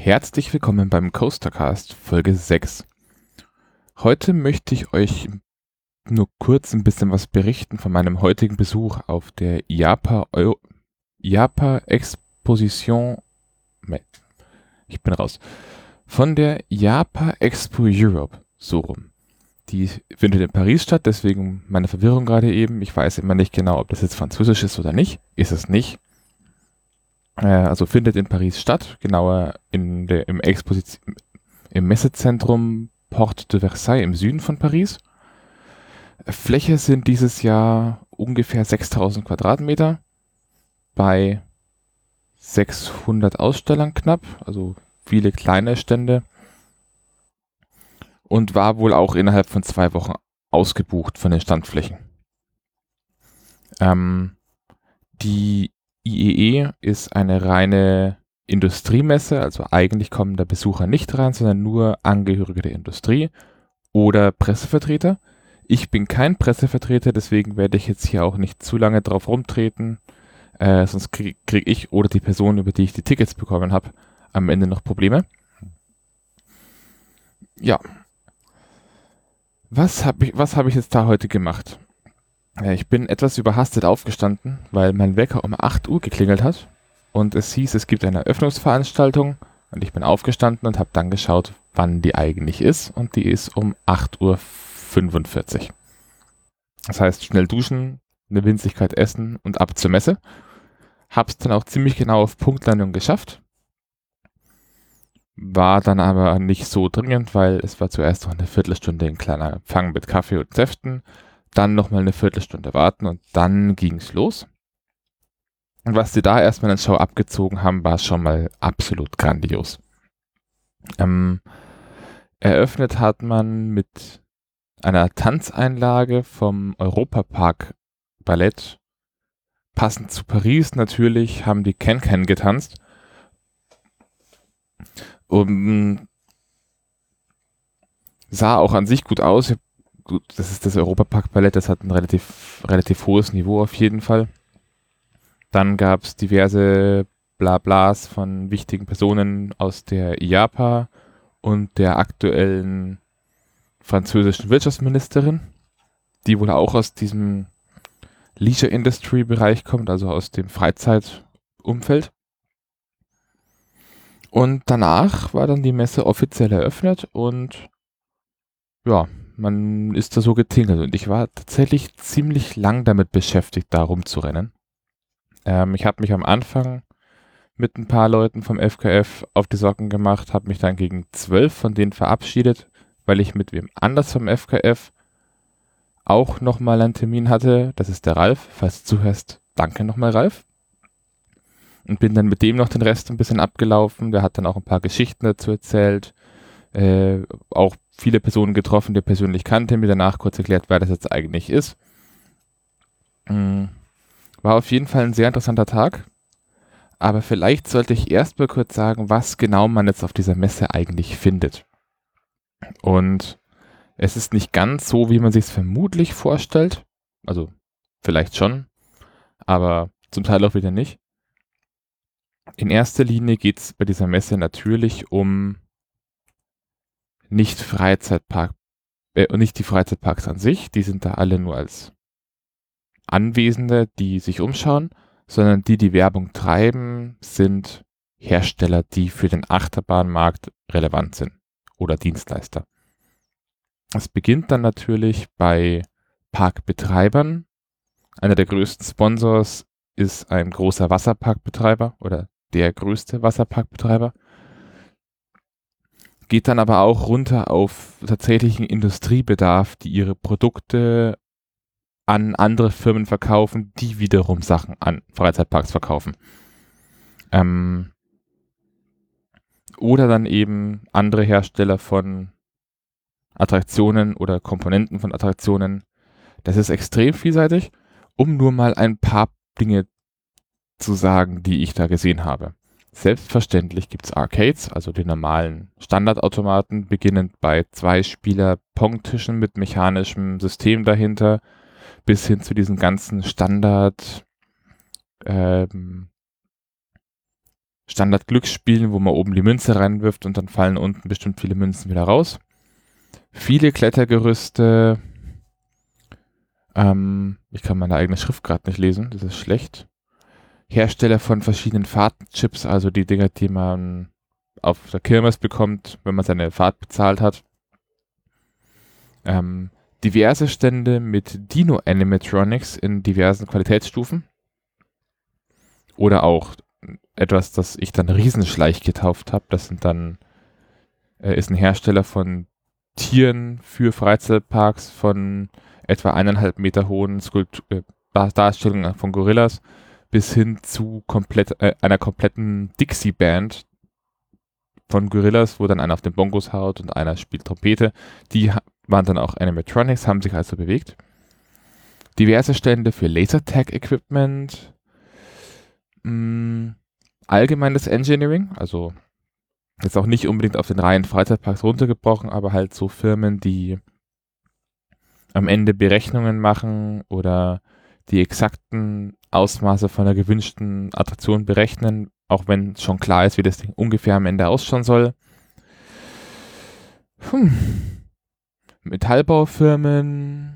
Herzlich willkommen beim Coastercast Folge 6. Heute möchte ich euch nur kurz ein bisschen was berichten von meinem heutigen Besuch auf der IAPA Exposition. Ich bin raus. Von der IAPA Expo Europe, so rum. Die findet in Paris statt, deswegen meine Verwirrung gerade eben. Ich weiß immer nicht genau, ob das jetzt Französisch ist oder nicht. Ist es nicht. Also findet in Paris statt, genauer im Messezentrum Porte de Versailles im Süden von Paris. Fläche sind dieses Jahr ungefähr 6000 Quadratmeter bei 600 Ausstellern knapp, also viele kleine Stände, und war wohl auch innerhalb von 2 Wochen ausgebucht von den Standflächen. Die IEE ist eine reine Industriemesse, also eigentlich kommen da Besucher nicht rein, sondern nur Angehörige der Industrie oder Pressevertreter. Ich bin kein Pressevertreter, deswegen werde ich jetzt hier auch nicht zu lange drauf rumtreten, sonst krieg ich oder die Person, über die ich die Tickets bekommen habe, am Ende noch Probleme. Ja. Was hab ich jetzt da heute gemacht? Ich bin etwas überhastet aufgestanden, weil mein Wecker um 8 Uhr geklingelt hat und es hieß, es gibt eine Eröffnungsveranstaltung, und ich bin aufgestanden und habe dann geschaut, wann die eigentlich ist, und die ist um 8:45 Uhr. Das heißt, schnell duschen, eine Winzigkeit essen und ab zur Messe. Hab's dann auch ziemlich genau auf Punktlandung geschafft. War dann aber nicht so dringend, weil es war zuerst noch eine Viertelstunde ein kleiner Empfang mit Kaffee und Säften, dann nochmal eine Viertelstunde warten und dann ging's los. Und was sie da erstmal in der Show abgezogen haben, war schon mal absolut grandios. Eröffnet hat man mit einer Tanzeinlage vom Europapark Ballett. Passend zu Paris natürlich haben die Can-Can getanzt. Sah auch an sich gut aus. Das ist das Europapark Ballett, das hat ein relativ hohes Niveau auf jeden Fall. Dann gab es diverse Blablas von wichtigen Personen aus der IAPA und der aktuellen französischen Wirtschaftsministerin, die wohl auch aus diesem Leisure Industry Bereich kommt, also aus dem Freizeitumfeld. Und danach war dann die Messe offiziell eröffnet und ja, man ist da so getingelt und ich war tatsächlich ziemlich lang damit beschäftigt, da rumzurennen. Ich habe mich am Anfang mit ein paar Leuten vom FKF auf die Socken gemacht, habe mich dann gegen 12 von denen verabschiedet, weil ich mit wem anders vom FKF auch nochmal einen Termin hatte. Das ist der Ralf. Falls du zuhörst, danke nochmal, Ralf. Und bin dann mit dem noch den Rest ein bisschen abgelaufen. Der hat dann auch ein paar Geschichten dazu erzählt. Auch viele Personen getroffen, die er persönlich kannte. Mir danach kurz erklärt, wer das jetzt eigentlich ist. War auf jeden Fall ein sehr interessanter Tag. Aber vielleicht sollte ich erst mal kurz sagen, was genau man jetzt auf dieser Messe eigentlich findet. Und es ist nicht ganz so, wie man sich es vermutlich vorstellt. Also vielleicht schon, aber zum Teil auch wieder nicht. In erster Linie geht es bei dieser Messe natürlich um nicht die Freizeitparks an sich, die sind da alle nur als Anwesende, die sich umschauen, sondern die Werbung treiben, sind Hersteller, die für den Achterbahnmarkt relevant sind oder Dienstleister. Es beginnt dann natürlich bei Parkbetreibern. Einer der größten Sponsors ist ein großer Wasserparkbetreiber oder der größte Wasserparkbetreiber. Geht dann aber auch runter auf tatsächlichen Industriebedarf, die ihre Produkte an andere Firmen verkaufen, die wiederum Sachen an Freizeitparks verkaufen. Oder dann eben andere Hersteller von Attraktionen oder Komponenten von Attraktionen. Das ist extrem vielseitig, um nur mal ein paar Dinge zu sagen, die ich da gesehen habe. Selbstverständlich gibt es Arcades, also die normalen Standardautomaten, beginnend bei 2-Spieler-Pong-Tischen mit mechanischem System dahinter, bis hin zu diesen ganzen Standard Standard-Glücksspielen, wo man oben die Münze reinwirft und dann fallen unten bestimmt viele Münzen wieder raus. Viele Klettergerüste. Ich kann meine eigene Schrift gerade nicht lesen, das ist schlecht. Hersteller von verschiedenen Fahrtchips, also die Dinger, die man auf der Kirmes bekommt, wenn man seine Fahrt bezahlt hat. Diverse Stände mit Dino-Animatronics in diversen Qualitätsstufen. Oder auch etwas, das ich dann Riesenschleich getauft habe. Das sind dann, ist ein Hersteller von Tieren für Freizeitparks, von etwa 1,5 Meter hohen Darstellungen von Gorillas bis hin zu einer kompletten Dixie-Band von Gorillas, wo dann einer auf den Bongos haut und einer spielt Trompete. Die waren dann auch Animatronics, haben sich also bewegt. Diverse Stände für Lasertag-Equipment, allgemeines Engineering, also jetzt auch nicht unbedingt auf den reinen Freizeitparks runtergebrochen, aber halt so Firmen, die am Ende Berechnungen machen oder die exakten Ausmaße von der gewünschten Attraktion berechnen, auch wenn schon klar ist, wie das Ding ungefähr am Ende ausschauen soll. Metallbaufirmen.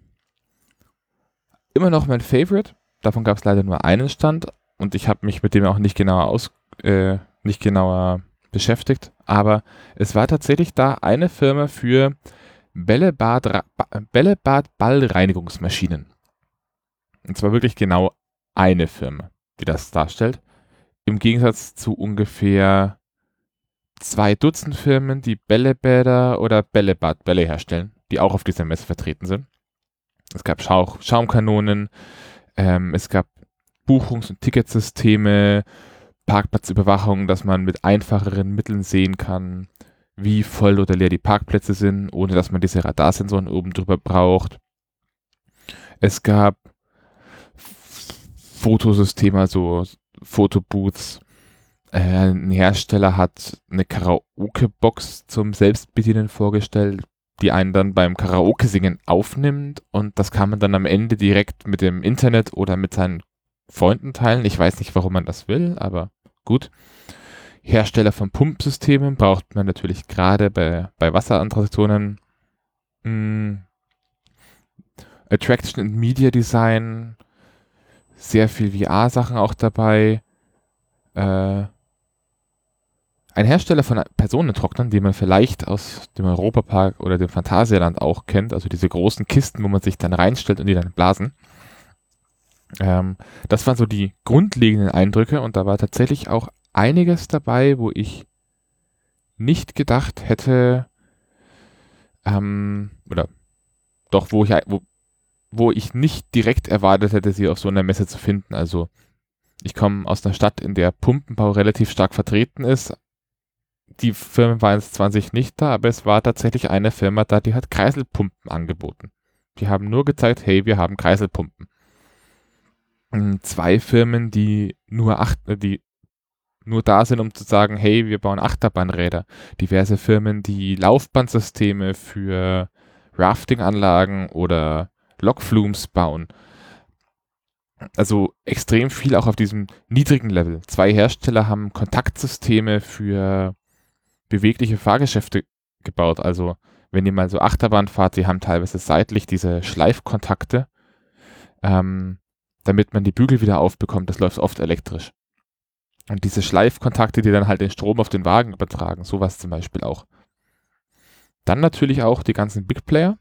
Immer noch mein Favorite. Davon gab es leider nur einen Stand und ich habe mich mit dem auch nicht genauer beschäftigt. Aber es war tatsächlich da eine Firma für Bällebad-Ballreinigungsmaschinen. Und zwar wirklich genau eine Firma, die das darstellt. Im Gegensatz zu ungefähr 2 Dutzend Firmen, die Bällebäder oder Bällebad-Bälle herstellen, die auch auf dieser Messe vertreten sind. Es gab Schaumkanonen, es gab Buchungs- und Ticketsysteme, Parkplatzüberwachung, dass man mit einfacheren Mitteln sehen kann, wie voll oder leer die Parkplätze sind, ohne dass man diese Radarsensoren oben drüber braucht. Es gab Fotosysteme, also Fotobooths. Ein Hersteller hat eine Karaoke-Box zum Selbstbedienen vorgestellt, die einen dann beim Karaoke-Singen aufnimmt und das kann man dann am Ende direkt mit dem Internet oder mit seinen Freunden teilen. Ich weiß nicht, warum man das will, aber gut. Hersteller von Pumpsystemen braucht man natürlich gerade bei Wasserattraktionen. Attraction and Media Design, sehr viel VR-Sachen auch dabei. Ein Hersteller von Personentrocknern, den man vielleicht aus dem Europapark oder dem Phantasialand auch kennt, also diese großen Kisten, wo man sich dann reinstellt und die dann blasen. Das waren so die grundlegenden Eindrücke und da war tatsächlich auch einiges dabei, wo ich nicht gedacht hätte, oder doch, wo ich nicht direkt erwartet hätte, sie auf so einer Messe zu finden. Also ich komme aus einer Stadt, in der Pumpenbau relativ stark vertreten ist. Die Firmen waren jetzt 20 nicht da, aber es war tatsächlich eine Firma da, die hat Kreiselpumpen angeboten. Die haben nur gezeigt, hey, wir haben Kreiselpumpen. 2 Firmen, die nur da sind, um zu sagen, hey, wir bauen Achterbahnräder. Diverse Firmen, die Laufbandsysteme für Rafting-Anlagen oder Lokflumes bauen. Also extrem viel auch auf diesem niedrigen Level. 2 Hersteller haben Kontaktsysteme für bewegliche Fahrgeschäfte gebaut. Also wenn ihr mal so Achterbahn fahrt, die haben teilweise seitlich diese Schleifkontakte, damit man die Bügel wieder aufbekommt. Das läuft oft elektrisch. Und diese Schleifkontakte, die dann halt den Strom auf den Wagen übertragen, sowas zum Beispiel auch. Dann natürlich auch die ganzen Big Player.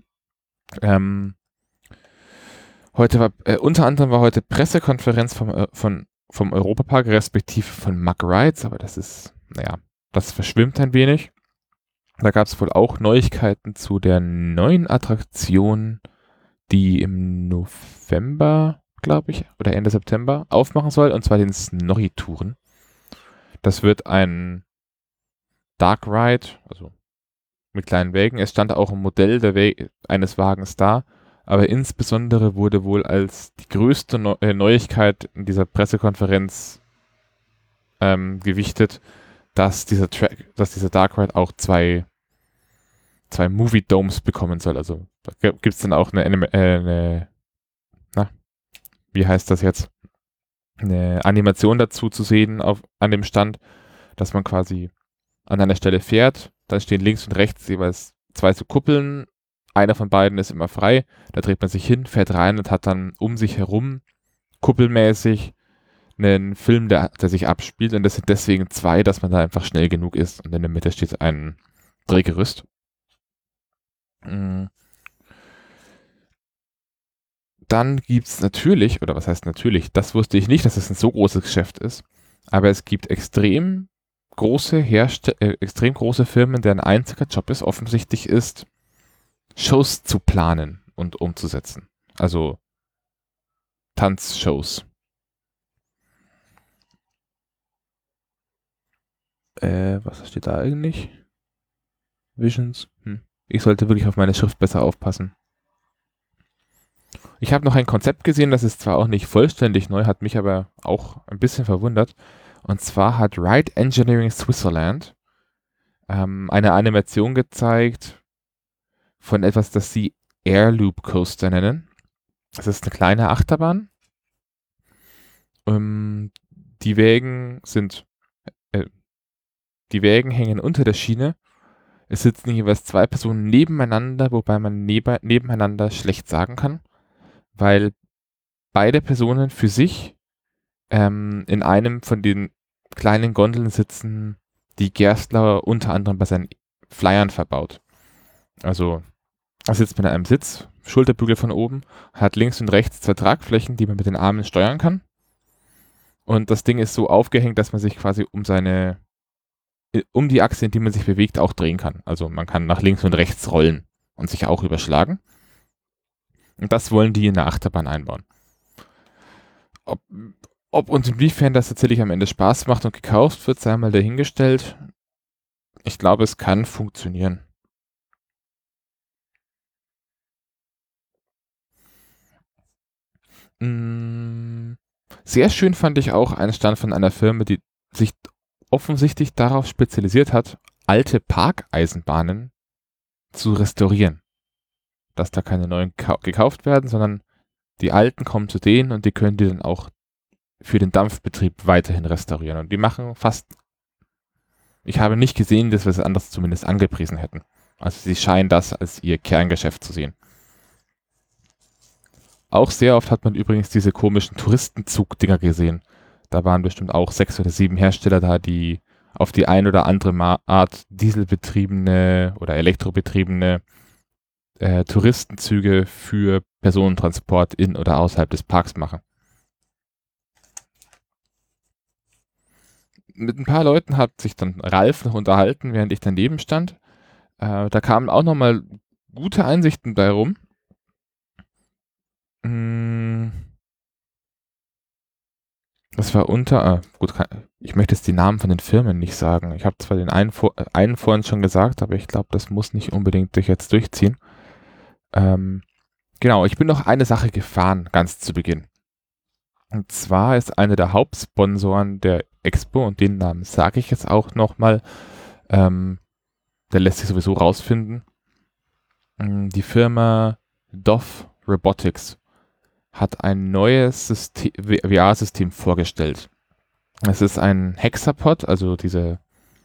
Heute war, unter anderem war heute Pressekonferenz vom Europapark, respektive von Mack Rides, aber das ist, das verschwimmt ein wenig. Da gab es wohl auch Neuigkeiten zu der neuen Attraktion, die im November, glaube ich, oder Ende September aufmachen soll, und zwar den Snorri-Touren. Das wird ein Dark Ride, also mit kleinen Wägen. Es stand auch ein Modell eines Wagens da, aber insbesondere wurde wohl als die größte Neuigkeit in dieser Pressekonferenz gewichtet, dass dieser Dark Ride auch zwei Movie Domes bekommen soll. Also da gibt es dann auch wie heißt das jetzt? eine Animation dazu zu sehen an dem Stand, dass man quasi an einer Stelle fährt, dann stehen links und rechts jeweils zwei so Kuppeln, einer von beiden ist immer frei, da dreht man sich hin, fährt rein und hat dann um sich herum kuppelmäßig einen Film, der sich abspielt, und das sind deswegen zwei, dass man da einfach schnell genug ist, und in der Mitte steht ein Drehgerüst. Dann gibt es natürlich, oder was heißt natürlich, das wusste ich nicht, dass es ein so großes Geschäft ist, aber es gibt extrem große Firmen, deren einziger Job es offensichtlich ist, Shows zu planen und umzusetzen. Also Tanzshows. Was steht da eigentlich? Visions? Ich sollte wirklich auf meine Schrift besser aufpassen. Ich habe noch ein Konzept gesehen, das ist zwar auch nicht vollständig neu, hat mich aber auch ein bisschen verwundert. Und zwar hat Wright Engineering Switzerland eine Animation gezeigt von etwas, das sie Airloop Coaster nennen. Das ist eine kleine Achterbahn. Die Wägen hängen unter der Schiene. Es sitzen jeweils zwei Personen nebeneinander, wobei man nebeneinander schlecht sagen kann, weil beide Personen für sich in einem von den kleinen Gondeln sitzen, die Gerstler unter anderem bei seinen Flyern verbaut. Also da sitzt man in einem Sitz, Schulterbügel von oben, hat links und rechts zwei Tragflächen, die man mit den Armen steuern kann. Und das Ding ist so aufgehängt, dass man sich quasi um die Achse, in die man sich bewegt, auch drehen kann. Also man kann nach links und rechts rollen und sich auch überschlagen. Und das wollen die in der Achterbahn einbauen. Ob und inwiefern das tatsächlich am Ende Spaß macht und gekauft wird, sei mal dahingestellt. Ich glaube, es kann funktionieren. Sehr schön fand ich auch einen Stand von einer Firma, die sich offensichtlich darauf spezialisiert hat, alte Parkeisenbahnen zu restaurieren. Dass da keine neuen gekauft werden, sondern die alten kommen zu denen und die können die dann auch für den Dampfbetrieb weiterhin restaurieren. Und die machen ich habe nicht gesehen, dass wir es anders zumindest angepriesen hätten. Also sie scheinen das als ihr Kerngeschäft zu sehen. Auch sehr oft hat man übrigens diese komischen Touristenzug-Dinger gesehen. Da waren bestimmt auch 6 oder 7 Hersteller da, die auf die ein oder andere Art dieselbetriebene oder elektrobetriebene Touristenzüge für Personentransport in oder außerhalb des Parks machen. Mit ein paar Leuten hat sich dann Ralf noch unterhalten, während ich daneben stand. Da kamen auch nochmal gute Einsichten bei rum. Das war ich möchte jetzt die Namen von den Firmen nicht sagen. Ich habe zwar den einen vorhin schon gesagt, aber ich glaube, das muss nicht unbedingt jetzt durchziehen. Genau, ich bin noch eine Sache gefahren, ganz zu Beginn. Und zwar ist einer der Hauptsponsoren der Expo, und den Namen sage ich jetzt auch nochmal, der lässt sich sowieso rausfinden. Die Firma Dove Robotics hat ein neues VR-System vorgestellt. Es ist ein Hexapod, also diese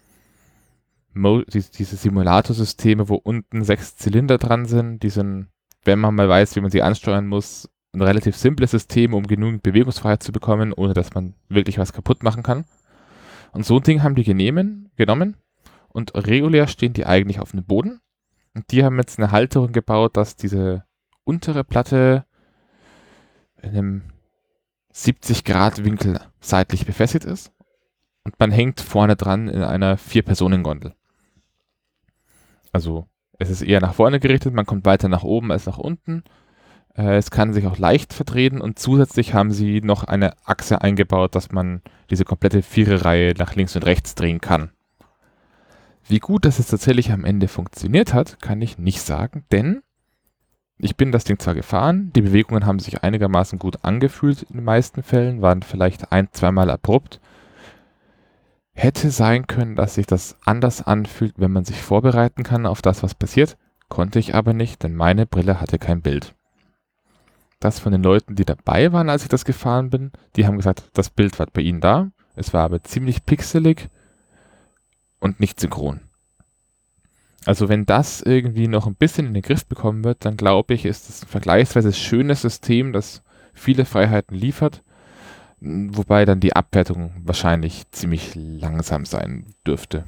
Simulatorsysteme, wo unten 6 Zylinder dran sind. Die sind, wenn man mal weiß, wie man sie ansteuern muss, ein relativ simples System, um genügend Bewegungsfreiheit zu bekommen, ohne dass man wirklich was kaputt machen kann. Und so ein Ding haben die genommen und regulär stehen die eigentlich auf dem Boden. Und die haben jetzt eine Halterung gebaut, dass diese untere Platte in einem 70-Grad-Winkel seitlich befestigt ist. Und man hängt vorne dran in einer 4-Personen-Gondel. Also es ist eher nach vorne gerichtet, man kommt weiter nach oben als nach unten. Es kann sich auch leicht verdrehen, und zusätzlich haben sie noch eine Achse eingebaut, dass man diese komplette Viererreihe nach links und rechts drehen kann. Wie gut das jetzt tatsächlich am Ende funktioniert hat, kann ich nicht sagen, denn ich bin das Ding zwar gefahren, die Bewegungen haben sich einigermaßen gut angefühlt in den meisten Fällen, waren vielleicht 1-2 Mal abrupt. Hätte sein können, dass sich das anders anfühlt, wenn man sich vorbereiten kann auf das, was passiert, konnte ich aber nicht, denn meine Brille hatte kein Bild. dass von den Leuten, die dabei waren, als ich das gefahren bin, die haben gesagt, das Bild war bei ihnen da. Es war aber ziemlich pixelig und nicht synchron. Also wenn das irgendwie noch ein bisschen in den Griff bekommen wird, dann glaube ich, ist es ein vergleichsweise schönes System, das viele Freiheiten liefert, wobei dann die Abwertung wahrscheinlich ziemlich langsam sein dürfte.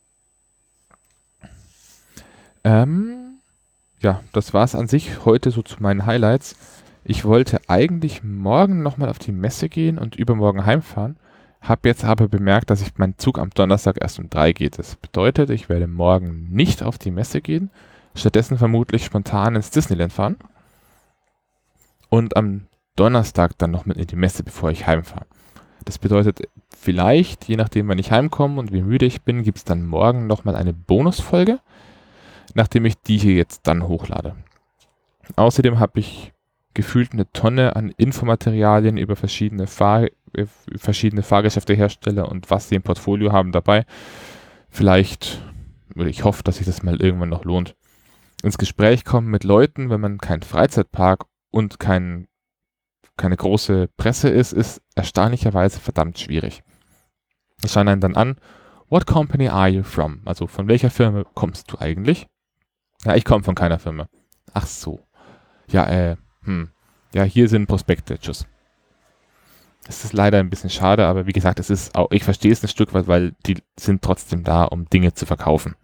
Ja, das war es an sich heute so zu meinen Highlights. Ich wollte eigentlich morgen nochmal auf die Messe gehen und übermorgen heimfahren, habe jetzt aber bemerkt, dass mein Zug am Donnerstag erst um 3 geht. Das bedeutet, ich werde morgen nicht auf die Messe gehen, stattdessen vermutlich spontan ins Disneyland fahren und am Donnerstag dann noch mit in die Messe, bevor ich heimfahre. Das bedeutet, vielleicht, je nachdem, wann ich heimkomme und wie müde ich bin, gibt es dann morgen nochmal eine Bonusfolge, nachdem ich die hier jetzt dann hochlade. Außerdem habe ich gefühlt eine Tonne an Infomaterialien über verschiedene Fahrgeschäftehersteller und was sie im Portfolio haben dabei. Vielleicht, oder ich hoffe, dass sich das mal irgendwann noch lohnt. Ins Gespräch kommen mit Leuten, wenn man kein Freizeitpark und keine große Presse ist erstaunlicherweise verdammt schwierig. Es scheint einen dann an, what company are you from? Also von welcher Firma kommst du eigentlich? Ja, ich komme von keiner Firma. Ach so. Ja, ja, hier sind Prospekte. Tschüss. Es ist leider ein bisschen schade, aber wie gesagt, ich verstehe es ein Stück weit, weil die sind trotzdem da, um Dinge zu verkaufen.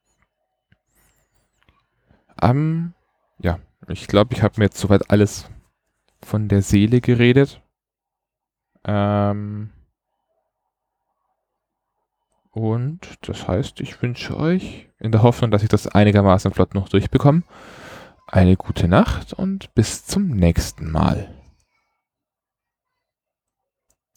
Ja, ich glaube, ich habe mir jetzt soweit alles von der Seele geredet. Und das heißt, ich wünsche euch, in der Hoffnung, dass ich das einigermaßen flott noch durchbekomme, eine gute Nacht und bis zum nächsten Mal.